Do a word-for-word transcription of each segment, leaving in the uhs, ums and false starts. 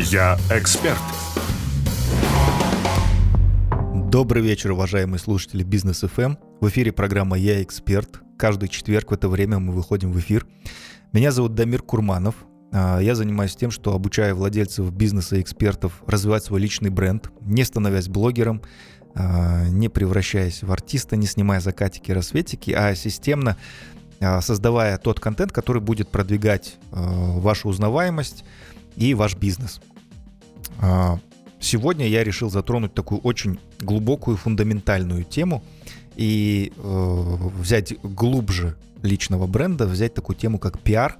Я эксперт. Добрый вечер, уважаемые слушатели Бизнес эф эм. В эфире программа «Я эксперт». Каждый четверг в это время мы выходим в эфир. Меня зовут Дамир Курманов. Я занимаюсь тем, что обучаю владельцев бизнеса и экспертов развивать свой личный бренд, не становясь блогером, не превращаясь в артиста, не снимая закатики и рассветики, а системно создавая тот контент, который будет продвигать вашу узнаваемость и ваш бизнес. Сегодня я решил затронуть такую очень глубокую, фундаментальную тему и э, взять глубже личного бренда, взять такую тему, как пиар,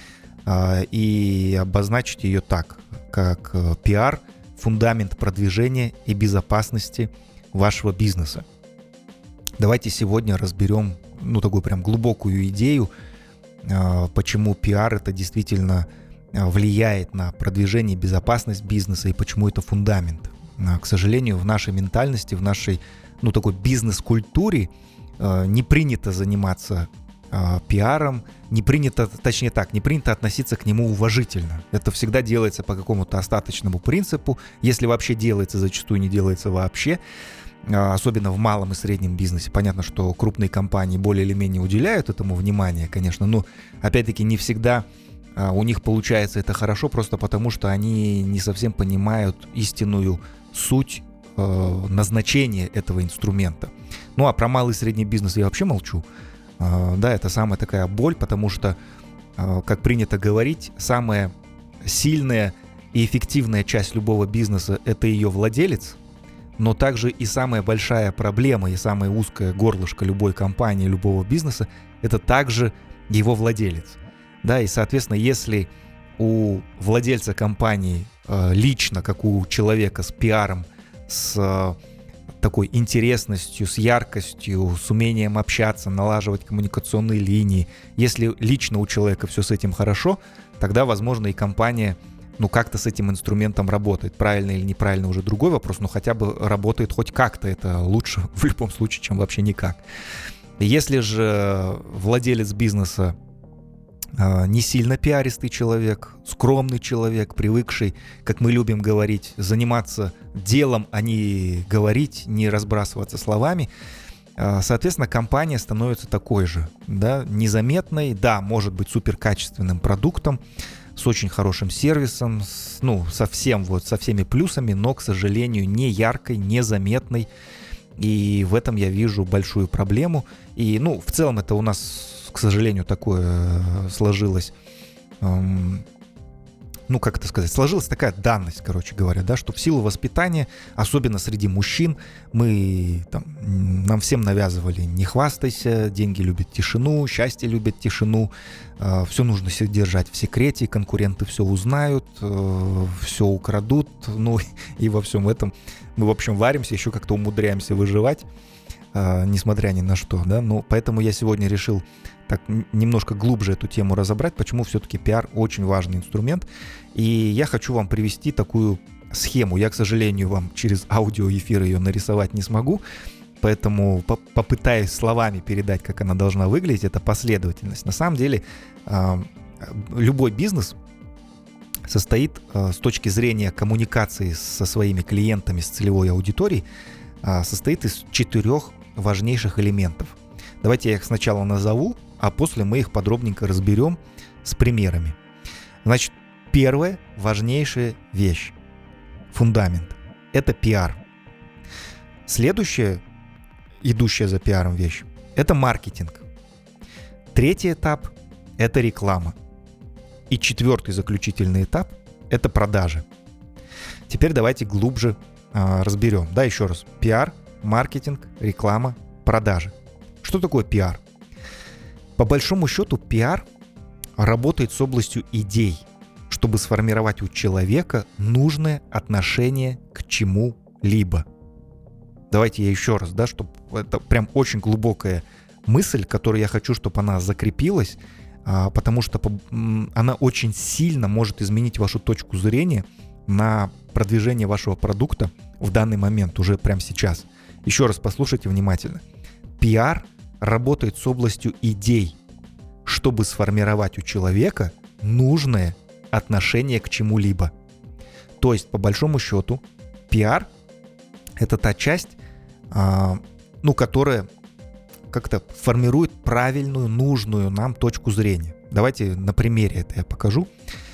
э, и обозначить ее так, как э, пиар – фундамент продвижения и безопасности вашего бизнеса. Давайте сегодня разберем, ну, такую прям глубокую идею, э, почему пиар – это действительно влияет на продвижение и безопасность бизнеса и почему это фундамент. К сожалению, в нашей ментальности, в нашей, ну, такой бизнес-культуре э, не принято заниматься э, пиаром, не принято, точнее так, не принято относиться к нему уважительно. Это всегда делается по какому-то остаточному принципу, если вообще делается, зачастую не делается вообще, э, особенно в малом и среднем бизнесе. Понятно, что крупные компании более или менее уделяют этому внимание, конечно, но опять-таки не всегда у них получается это хорошо, просто потому что они не совсем понимают истинную суть э, назначения этого инструмента. Ну а про малый и средний бизнес я вообще молчу. Э, да, это самая такая боль, потому что, э, как принято говорить, самая сильная и эффективная часть любого бизнеса – это ее владелец, но также и самая большая проблема и самое узкое горлышко любой компании, любого бизнеса – это также его владелец. Да, и, соответственно, если у владельца компании э, лично, как у человека с пиаром, с э, такой интересностью, с яркостью, с умением общаться, налаживать коммуникационные линии, если лично у человека все с этим хорошо, тогда, возможно, и компания, ну, как-то с этим инструментом работает. Правильно или неправильно уже другой вопрос, но хотя бы работает хоть как-то. Это лучше в любом случае, чем вообще никак. Если же владелец бизнеса не сильно пиаристый человек, скромный человек, привыкший, как мы любим говорить, заниматься делом, а не говорить, не разбрасываться словами, соответственно, компания становится такой же, да, незаметной, да, может быть суперкачественным продуктом, с очень хорошим сервисом, с, ну, со всем, вот, со всеми плюсами, но, к сожалению, не яркой, незаметной, и в этом я вижу большую проблему. И, ну, в целом это у нас, к сожалению, такое сложилось, эм, ну, как это сказать, сложилась такая данность, короче говоря, да, что в силу воспитания, особенно среди мужчин, мы, там, нам всем навязывали: не хвастайся, деньги любят тишину, счастье любит тишину, э, все нужно держать в секрете, конкуренты все узнают, э, все украдут, ну, и во всем этом мы, в общем, варимся, еще как-то умудряемся выживать, э, несмотря ни на что, да, ну, поэтому я сегодня решил так немножко глубже эту тему разобрать, почему все-таки пиар очень важный инструмент. И я хочу вам привести такую схему. Я, к сожалению, вам через аудиоэфир ее нарисовать не смогу, поэтому по- попытаюсь словами передать, как она должна выглядеть. Это последовательность. На самом деле, э, любой бизнес состоит э, с точки зрения коммуникации со своими клиентами, с целевой аудиторией, э, состоит из четырех важнейших элементов. Давайте я их сначала назову, а после мы их подробненько разберем с примерами. Значит, первая важнейшая вещь, фундамент, это пиар. Следующая, идущая за пиаром вещь, это маркетинг. Третий этап – это реклама. И четвертый, заключительный этап – это продажи. Теперь давайте глубже а, разберем. Да, еще раз. Пиар, маркетинг, реклама, продажи. Что такое пиар? По большому счету, пиар работает с областью идей, чтобы сформировать у человека нужное отношение к чему-либо. Давайте я еще раз, да, чтобы это прям очень глубокая мысль, которую я хочу, чтобы она закрепилась, потому что она очень сильно может изменить вашу точку зрения на продвижение вашего продукта в данный момент, уже прямо сейчас. Еще раз послушайте внимательно. Пиар работает с областью идей, чтобы сформировать у человека нужное отношение к чему-либо. То есть, по большому счету, пиар — это та часть, ну, которая как-то формирует правильную, нужную нам точку зрения. Давайте на примере это я покажу.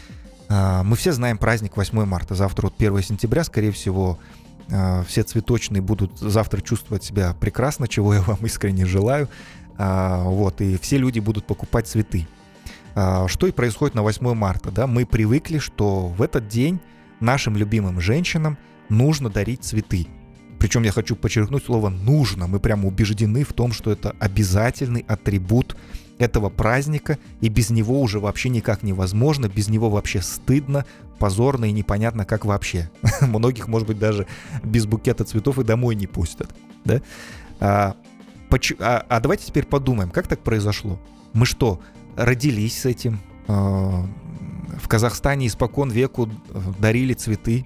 Мы все знаем праздник восьмое марта. Завтра вот первое сентября, скорее всего, все цветочные будут завтра чувствовать себя прекрасно, чего я вам искренне желаю. Вот, и все люди будут покупать цветы. Что и происходит на восьмое марта. Да? Мы привыкли, что в этот день нашим любимым женщинам нужно дарить цветы. Причем я хочу подчеркнуть слово «нужно». Мы прямо убеждены в том, что это обязательный атрибут этого праздника, и без него уже вообще никак невозможно, без него вообще стыдно, позорно и непонятно, как вообще. Многих, может быть, даже без букета цветов и домой не пустят. Да? А, поч- а, а давайте теперь подумаем, как так произошло? Мы что, родились с этим? А, в Казахстане испокон веку дарили цветы,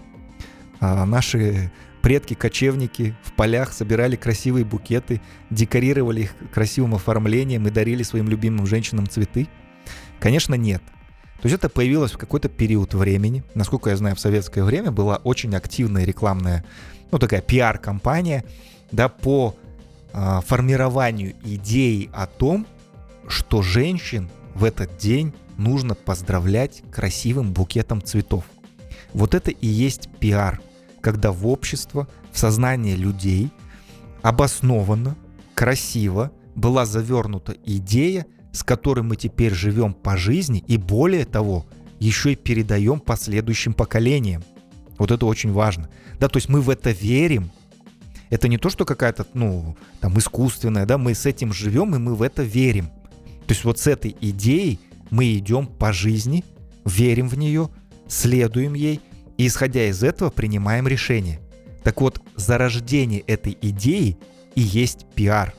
а наши предки-кочевники в полях собирали красивые букеты, декорировали их красивым оформлением и дарили своим любимым женщинам цветы? Конечно, нет. То есть это появилось в какой-то период времени. Насколько я знаю, в советское время была очень активная рекламная, ну такая пиар-компания, да, по э, формированию идеи о том, что женщин в этот день нужно поздравлять красивым букетом цветов. Вот это и есть пиар. Когда в общество, в сознание людей обоснованно, красиво была завернута идея, с которой мы теперь живем по жизни, и более того, еще и передаем последующим поколениям. Вот это очень важно. Да, то есть мы в это верим. Это не то, что какая-то, ну, там, искусственная, да, мы с этим живем, и мы в это верим. То есть вот с этой идеей мы идем по жизни, верим в нее, следуем ей, и, исходя из этого, принимаем решение. Так вот, зарождение этой идеи и есть пиар.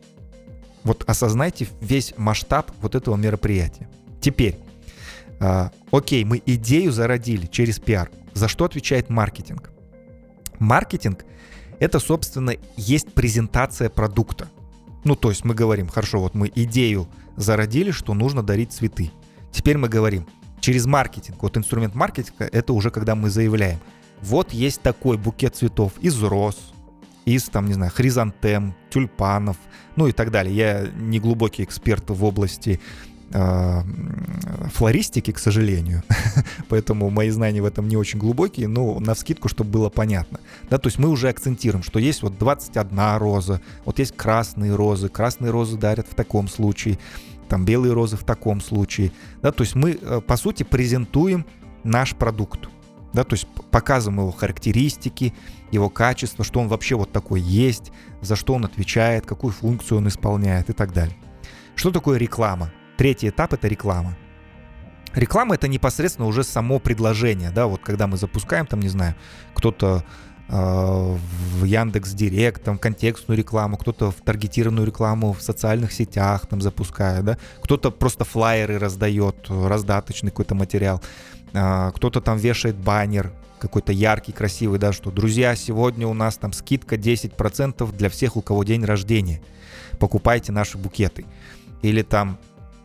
Вот осознайте весь масштаб вот этого мероприятия. Теперь, э, окей, мы идею зародили через пиар. За что отвечает маркетинг? Маркетинг — это, собственно, есть презентация продукта. Ну, то есть мы говорим, хорошо, вот мы идею зародили, что нужно дарить цветы. Теперь мы говорим, через маркетинг, вот инструмент маркетинга — это уже когда мы заявляем, вот есть такой букет цветов из роз, из, там, не знаю, хризантем, тюльпанов, ну и так далее. Я не глубокий эксперт в области э, флористики, к сожалению, поэтому мои знания в этом не очень глубокие, но навскидку, чтобы было понятно. Да, то есть мы уже акцентируем, что есть вот двадцать одна роза, вот есть красные розы, красные розы дарят в таком случае, там белые розы в таком случае. Да, то есть мы, по сути, презентуем наш продукт. Да, то есть показываем его характеристики, его качество, что он вообще вот такой есть, за что он отвечает, какую функцию он исполняет и так далее. Что такое реклама? Третий этап — это реклама. Реклама — это непосредственно уже само предложение. Да, вот когда мы запускаем, там, не знаю, кто-то в Яндекс.Директ, там, контекстную рекламу, кто-то в таргетированную рекламу в социальных сетях там запускает, да, кто-то просто флаеры раздает, раздаточный какой-то материал, кто-то там вешает баннер какой-то яркий, красивый, да, что, друзья, сегодня у нас там скидка десять процентов для всех, у кого день рождения, покупайте наши букеты. Или там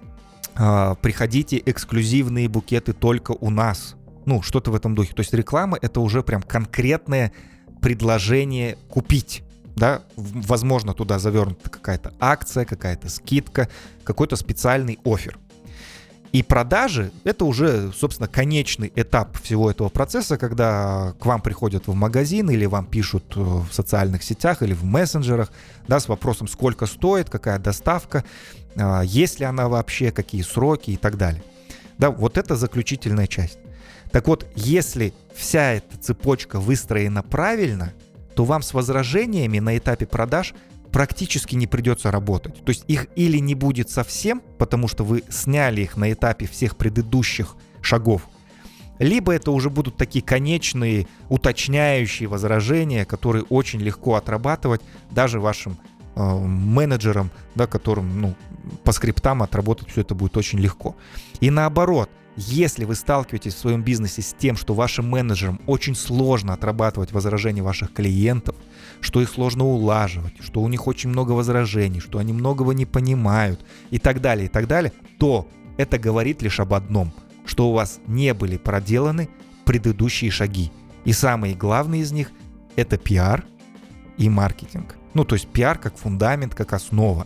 приходите, эксклюзивные букеты только у нас. Ну, что-то в этом духе. То есть реклама — это уже прям конкретное предложение купить. Да? Возможно, туда завернута какая-то акция, какая-то скидка, какой-то специальный оффер. И продажи — это уже, собственно, конечный этап всего этого процесса, когда к вам приходят в магазин или вам пишут в социальных сетях или в мессенджерах, да, с вопросом, сколько стоит, какая доставка, есть ли она вообще, какие сроки и так далее. Да, вот это заключительная часть. Так вот, если вся эта цепочка выстроена правильно, то вам с возражениями на этапе продаж практически не придется работать. То есть их или не будет совсем, потому что вы сняли их на этапе всех предыдущих шагов, либо это уже будут такие конечные, уточняющие возражения, которые очень легко отрабатывать даже вашим э, менеджерам, да, которым, ну, по скриптам отработать все это будет очень легко. И наоборот, если вы сталкиваетесь в своем бизнесе с тем, что вашим менеджерам очень сложно отрабатывать возражения ваших клиентов, что их сложно улаживать, что у них очень много возражений, что они многого не понимают и так далее, и так далее, то это говорит лишь об одном, что у вас не были проделаны предыдущие шаги. И самый главный из них – это пиар и маркетинг. Ну, то есть пиар как фундамент, как основа.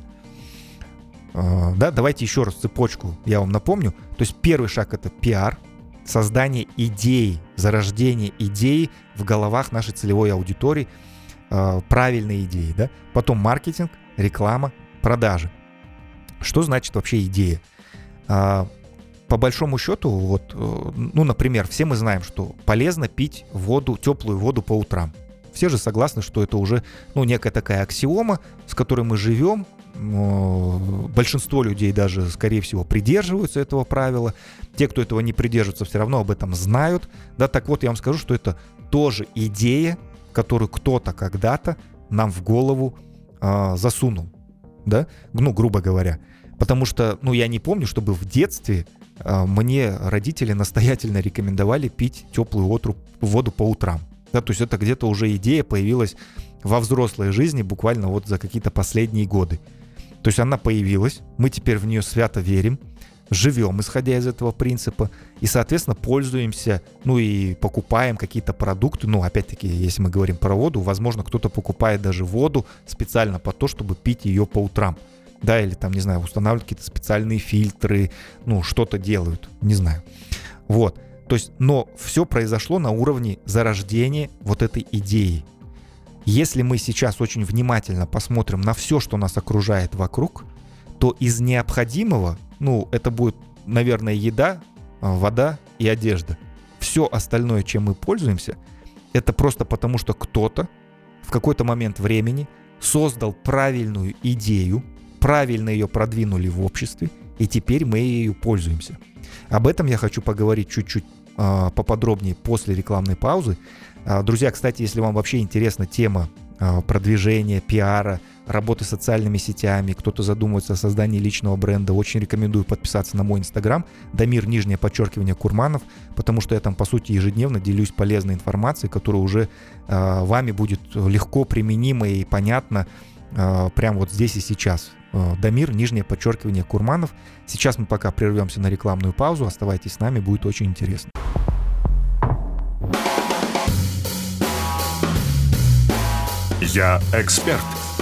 Да, давайте еще раз цепочку я вам напомню. То есть первый шаг – это пиар, создание идей, зарождение идеи в головах нашей целевой аудитории, правильные идеи. Да? Потом маркетинг, реклама, продажи. Что значит вообще идея? По большому счету, вот, ну, например, все мы знаем, что полезно пить воду, теплую воду по утрам. Все же согласны, что это уже, ну, некая такая аксиома, с которой мы живем. Большинство людей даже, скорее всего, придерживаются этого правила. Те, кто этого не придерживается, все равно об этом знают. Да, так вот, я вам скажу, что это тоже идея, которую кто-то когда-то нам в голову э, засунул. Да? Ну, грубо говоря. Потому что, ну, я не помню, чтобы в детстве э, мне родители настоятельно рекомендовали пить теплую воду, воду по утрам. Да, то есть это где-то уже идея появилась во взрослой жизни буквально вот за какие-то последние годы. То есть она появилась, мы теперь в нее свято верим, живем, исходя из этого принципа, и, соответственно, пользуемся, ну и покупаем какие-то продукты. Ну, опять-таки, если мы говорим про воду, возможно, кто-то покупает даже воду специально по то, чтобы пить ее по утрам. Да, или там, не знаю, устанавливают какие-то специальные фильтры, ну, что-то делают, не знаю. Вот, то есть, но все произошло на уровне зарождения вот этой идеи. Если мы сейчас очень внимательно посмотрим на все, что нас окружает вокруг, то из необходимого, ну, это будет, наверное, еда, вода и одежда. Все остальное, чем мы пользуемся, это просто потому, что кто-то в какой-то момент времени создал правильную идею, правильно ее продвинули в обществе, и теперь мы ею пользуемся. Об этом я хочу поговорить чуть-чуть э, поподробнее после рекламной паузы. Э, друзья, кстати, если вам вообще интересна тема э, продвижения, пиара, работы с социальными сетями, кто-то задумывается о создании личного бренда, очень рекомендую подписаться на мой инстаграм, Дамир, нижнее подчеркивание, Курманов, потому что я там, по сути, ежедневно делюсь полезной информацией, которая уже э, вами будет легко применима и понятна э, прямо вот здесь и сейчас. Дамир, нижнее подчеркивание, Курманов. Сейчас мы пока прервемся на рекламную паузу. Оставайтесь с нами, будет очень интересно. Я эксперт.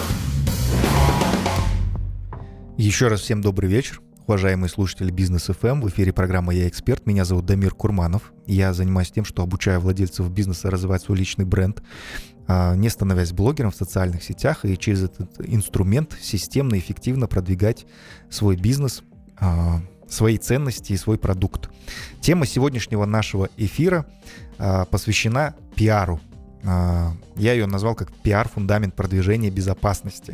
Еще раз всем добрый вечер, уважаемые слушатели Бизнес эф эм. В эфире программа «Я эксперт». Меня зовут Дамир Курманов. Я занимаюсь тем, что обучаю владельцев бизнеса развивать свой личный бренд, не становясь блогером в социальных сетях, и через этот инструмент системно и эффективно продвигать свой бизнес, свои ценности и свой продукт. Тема сегодняшнего нашего эфира посвящена пиару. Я ее назвал как пиар, фундамент продвижения безопасности.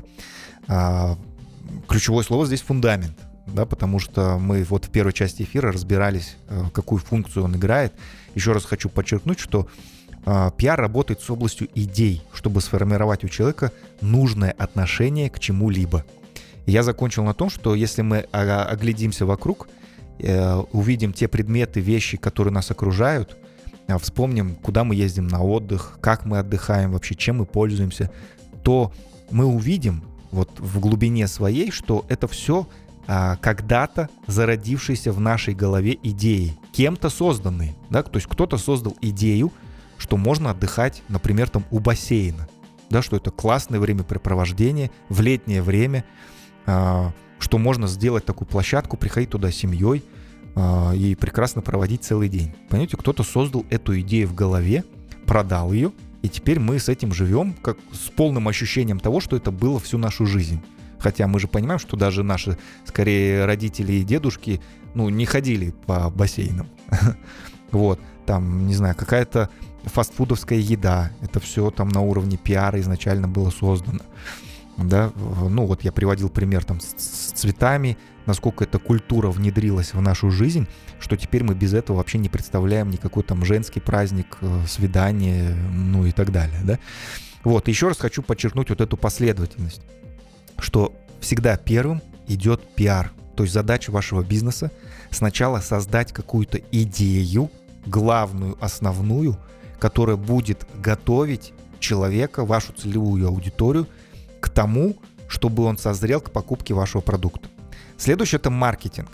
Ключевое слово здесь фундамент, да, потому что мы вот в первой части эфира разбирались, какую функцию он играет. Еще раз хочу подчеркнуть, что пиар работает с областью идей, чтобы сформировать у человека нужное отношение к чему-либо. Я закончил на том, что если мы оглядимся вокруг, увидим те предметы, вещи, которые нас окружают, вспомним, куда мы ездим на отдых, как мы отдыхаем вообще, чем мы пользуемся, то мы увидим вот в глубине своей, что это все когда-то зародившиеся в нашей голове идеи, кем-то созданные. Да? То есть кто-то создал идею, что можно отдыхать, например, там у бассейна, да, что это классное времяпрепровождение в летнее время, э, что можно сделать такую площадку, приходить туда с семьей э, и прекрасно проводить целый день. Понимаете, кто-то создал эту идею в голове, продал ее, и теперь мы с этим живем как с полным ощущением того, что это было всю нашу жизнь. Хотя мы же понимаем, что даже наши, скорее, родители и дедушки, ну, не ходили по бассейнам. Вот, там, не знаю, какая-то фастфудовская еда, это все там на уровне пиара изначально было создано. Да, ну вот я приводил пример там с, с цветами, насколько эта культура внедрилась в нашу жизнь, что теперь мы без этого вообще не представляем никакой там женский праздник, свидание, ну и так далее, да. Вот, еще раз хочу подчеркнуть вот эту последовательность, что всегда первым идет пиар. То есть задача вашего бизнеса сначала создать какую-то идею, главную, основную, которая будет готовить человека, вашу целевую аудиторию к тому, чтобы он созрел к покупке вашего продукта. Следующее – это маркетинг.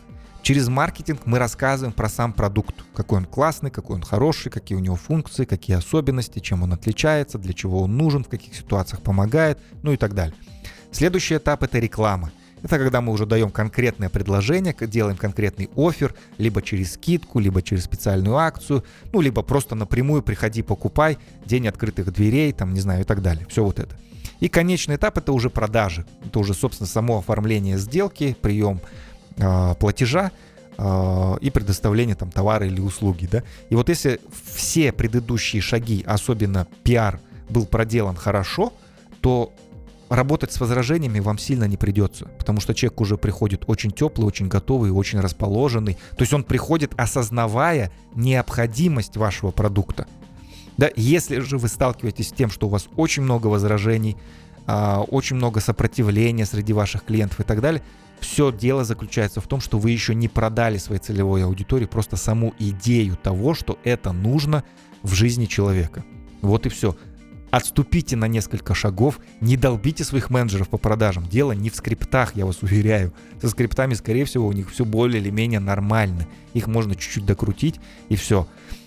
Через маркетинг мы рассказываем про сам продукт, какой он классный, какой он хороший, какие у него функции, какие особенности, чем он отличается, для чего он нужен, в каких ситуациях помогает, ну и так далее. Следующий этап — это реклама. Это когда мы уже даем конкретное предложение, делаем конкретный оффер, либо через скидку, либо через специальную акцию, ну, либо просто напрямую приходи, покупай, день открытых дверей, там, не знаю, и так далее. Все вот это. И конечный этап — это уже продажи. Это уже, собственно, само оформление сделки, прием э, платежа э, и предоставление там товара или услуги, да. И вот если все предыдущие шаги, особенно пиар, был проделан хорошо, то работать с возражениями вам сильно не придется, потому что человек уже приходит очень теплый, очень готовый, очень расположенный. То есть он приходит, осознавая необходимость вашего продукта. Да, если же вы сталкиваетесь с тем, что у вас очень много возражений, очень много сопротивления среди ваших клиентов и так далее, все дело заключается в том, что вы еще не продали своей целевой аудитории просто саму идею того, что это нужно в жизни человека. Вот и все. Отступите на несколько шагов, не долбите своих менеджеров по продажам. Дело не в скриптах, я вас уверяю. Со скриптами, скорее всего, у них все более или менее нормально. Их можно чуть-чуть докрутить, и все.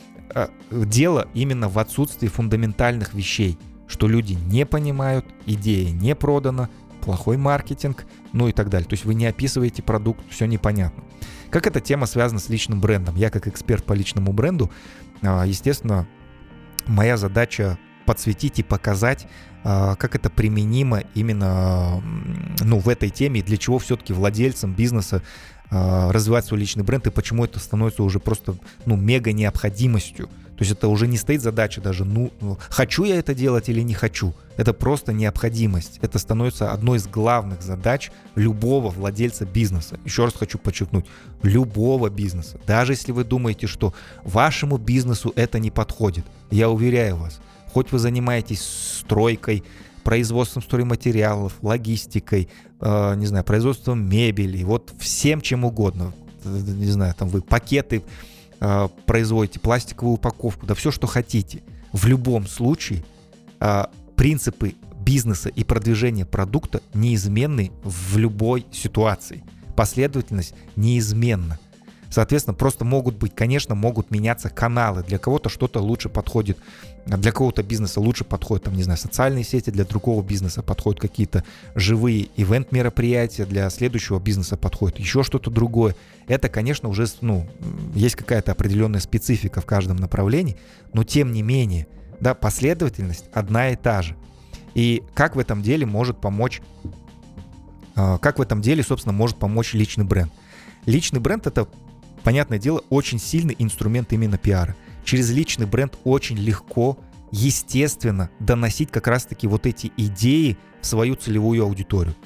Дело именно в отсутствии фундаментальных вещей, что люди не понимают, идея не продана, плохой маркетинг, ну и так далее. То есть вы не описываете продукт, все непонятно. Как эта тема связана с личным брендом? Я как эксперт по личному бренду, естественно, моя задача подсветить и показать, как это применимо именно, ну, в этой теме, и для чего все-таки владельцам бизнеса развивать свой личный бренд, и почему это становится уже просто, ну, мега необходимостью. То есть это уже не стоит задача даже, ну, хочу я это делать или не хочу. Это просто необходимость. Это становится одной из главных задач любого владельца бизнеса. Еще раз хочу подчеркнуть, любого бизнеса. Даже если вы думаете, что вашему бизнесу это не подходит, я уверяю вас, хоть вы занимаетесь стройкой, производством стройматериалов, логистикой, э, не знаю, производством мебели, вот всем чем угодно, не знаю, там вы пакеты э, производите, пластиковую упаковку, да все, что хотите. В любом случае э, принципы бизнеса и продвижения продукта неизменны в любой ситуации. Последовательность неизменна. Соответственно, просто могут быть, конечно, могут меняться каналы. Для кого-то что-то лучше подходит, для кого-то бизнеса лучше подходят, там, не знаю, социальные сети, для другого бизнеса подходят какие-то живые ивент-мероприятия, для следующего бизнеса подходит еще что-то другое. Это, конечно, уже, ну, есть какая-то определенная специфика в каждом направлении, но тем не менее, да, последовательность одна и та же. И как в этом деле может помочь, как в этом деле, собственно, может помочь личный бренд? Личный бренд — это, понятное дело, очень сильный инструмент именно пиара. Через личный бренд очень легко, естественно, доносить как раз-таки вот эти идеи в свою целевую аудиторию.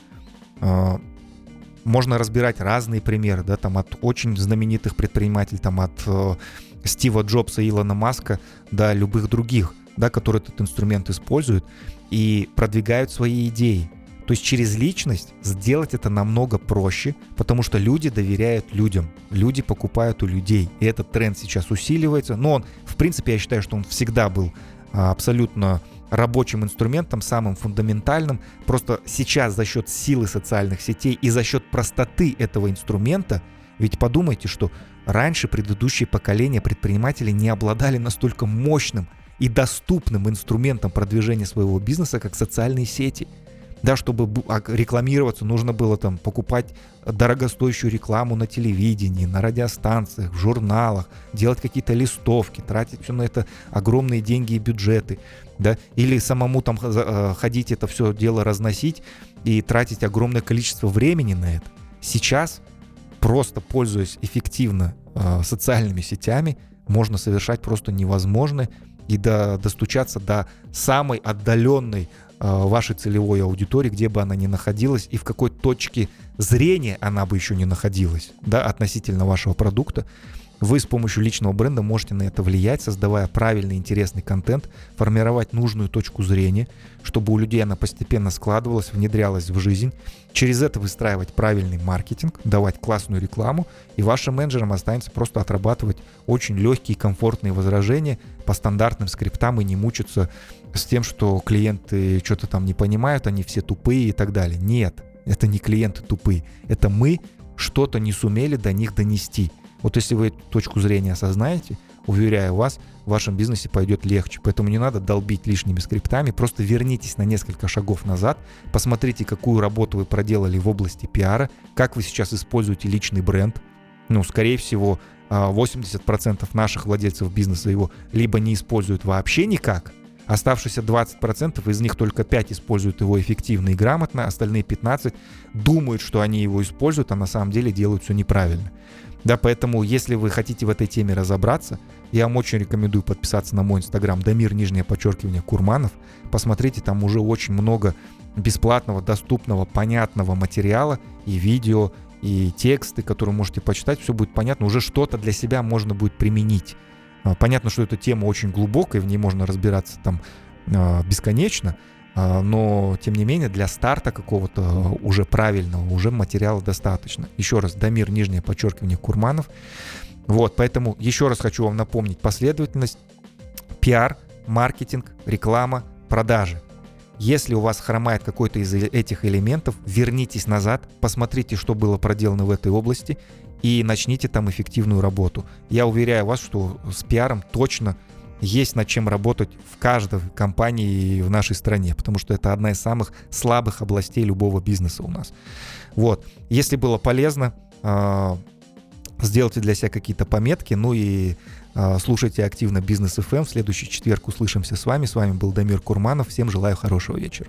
Можно разбирать разные примеры, да, там от очень знаменитых предпринимателей, там от э, Стива Джобса и Илона Маска до любых других, да, которые этот инструмент используют и продвигают свои идеи. То есть через личность сделать это намного проще, потому что люди доверяют людям, люди покупают у людей, и этот тренд сейчас усиливается. Но он, в принципе, я считаю, что он всегда был абсолютно рабочим инструментом, самым фундаментальным. Просто сейчас за счет силы социальных сетей и за счет простоты этого инструмента, ведь подумайте, что раньше предыдущие поколения предпринимателей не обладали настолько мощным и доступным инструментом продвижения своего бизнеса, как социальные сети. Да, чтобы рекламироваться, нужно было там покупать дорогостоящую рекламу на телевидении, на радиостанциях, в журналах, делать какие-то листовки, тратить все на это огромные деньги и бюджеты, да, или самому там ходить это все дело разносить и тратить огромное количество времени на это. Сейчас, просто пользуясь эффективно э, социальными сетями, можно совершать просто невозможное и до, достучаться до самой отдаленной вашей целевой аудитории, где бы она ни находилась и в какой точке зрения она бы еще не находилась, да, относительно вашего продукта. Вы с помощью личного бренда можете на это влиять, создавая правильный, интересный контент, формировать нужную точку зрения, чтобы у людей она постепенно складывалась, внедрялась в жизнь. Через это выстраивать правильный маркетинг, давать классную рекламу, и вашим менеджерам останется просто отрабатывать очень легкие и комфортные возражения по стандартным скриптам и не мучиться с тем, что клиенты что-то там не понимают, они все тупые и так далее. Нет, это не клиенты тупые, это мы что-то не сумели до них донести. Вот если вы эту точку зрения осознаете, уверяю вас, в вашем бизнесе пойдет легче. Поэтому не надо долбить лишними скриптами, просто вернитесь на несколько шагов назад, посмотрите, какую работу вы проделали в области пиара, как вы сейчас используете личный бренд. Ну, скорее всего, восемьдесят процентов наших владельцев бизнеса его либо не используют вообще никак, оставшиеся двадцать процентов из них только пять используют его эффективно и грамотно, остальные пятнадцать думают, что они его используют, а на самом деле делают все неправильно. Да, поэтому, если вы хотите в этой теме разобраться, я вам очень рекомендую подписаться на мой инстаграм Дамир, нижнее подчеркивание, Курманов. Посмотрите, там уже очень много бесплатного, доступного, понятного материала и видео, и тексты, которые можете почитать, все будет понятно, уже что-то для себя можно будет применить. Понятно, что эта тема очень глубокая, в ней можно разбираться там бесконечно, но, тем не менее, для старта какого-то уже правильного, уже материала достаточно. Еще раз, Дамир, нижнее подчеркивание, Курманов. Вот, поэтому еще раз хочу вам напомнить последовательность: пиар, маркетинг, реклама, продажи. Если у вас хромает какой-то из этих элементов, вернитесь назад, посмотрите, что было проделано в этой области, и начните там эффективную работу. Я уверяю вас, что с пиаром точно есть над чем работать в каждой компании в нашей стране, потому что это одна из самых слабых областей любого бизнеса у нас. Вот. Если было полезно, сделайте для себя какие-то пометки, ну и слушайте активно Бизнес эф эм. В следующий четверг услышимся с вами. С вами был Дамир Курманов. Всем желаю хорошего вечера.